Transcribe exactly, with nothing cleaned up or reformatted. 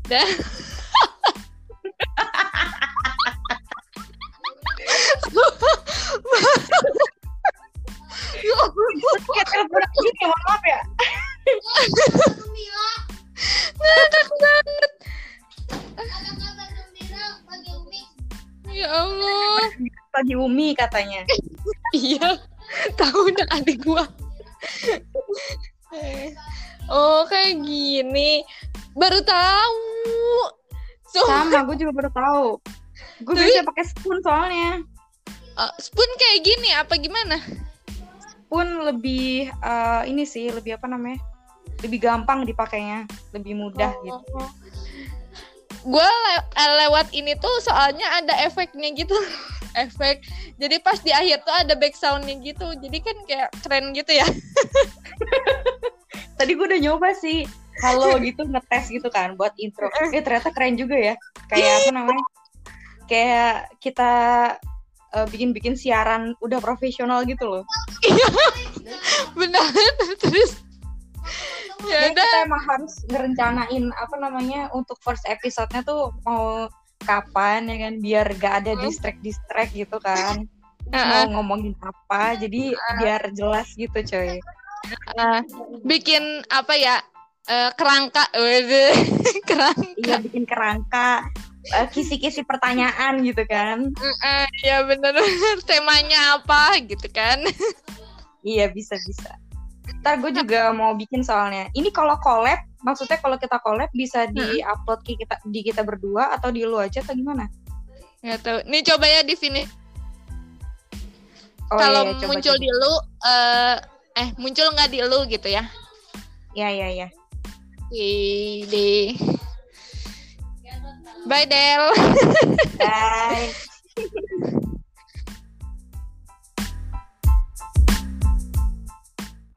Dan Kayak telepon gini ya, maaf ya. ngakak banget. Ya Allah. Pagi Umi katanya. Iya, tahu dong adik gua. Oh kayak gini, baru tahu. So, Sama, gue juga baru tahu. Gue Tapi- bisa pakai spoon soalnya. uh, spoon kayak gini apa gimana? Spoon lebih eh, ini sih, lebih apa namanya? Lebih gampang dipakainya, lebih mudah gitu. Gue le- eh, lewat ini tuh soalnya ada efeknya gitu. Efek. Jadi pas di akhir tuh ada back soundnya gitu. Jadi kan kayak keren gitu ya. Tadi gue udah nyoba sih, halo gitu, ngetes gitu kan buat intro. Eh ternyata keren juga ya. Kayak apa namanya? Kayak kita eh, bikin-bikin siaran udah profesional gitu loh. Benar. Terus ya Jadi udah. kita emang harus ngerencanain apa namanya untuk first episode-nya tuh mau kapan ya kan, biar gak ada distract-distract gitu kan. Terus Uh-uh. mau ngomongin apa, jadi biar jelas gitu coy. Uh, bikin apa ya? Uh, kerangka. Waduh. Kerangka. Iya, bikin kerangka, eh, kisi-kisi pertanyaan gitu kan. Uh, ya bener. Temanya apa gitu kan. Iya, bisa-bisa. Ntar gue juga mau bikin soalnya. Ini kalau collab, maksudnya kalau kita collab bisa di-upload ke kita, di kita berdua atau di lu aja atau gimana? Nggak tahu. Nih coba ya di sini. Oh, Kalau iya, iya, coba, muncul coba. di lu, uh, eh muncul nggak di lu gitu ya? Iya, iya, iya. Ide. Bye Del. Bye.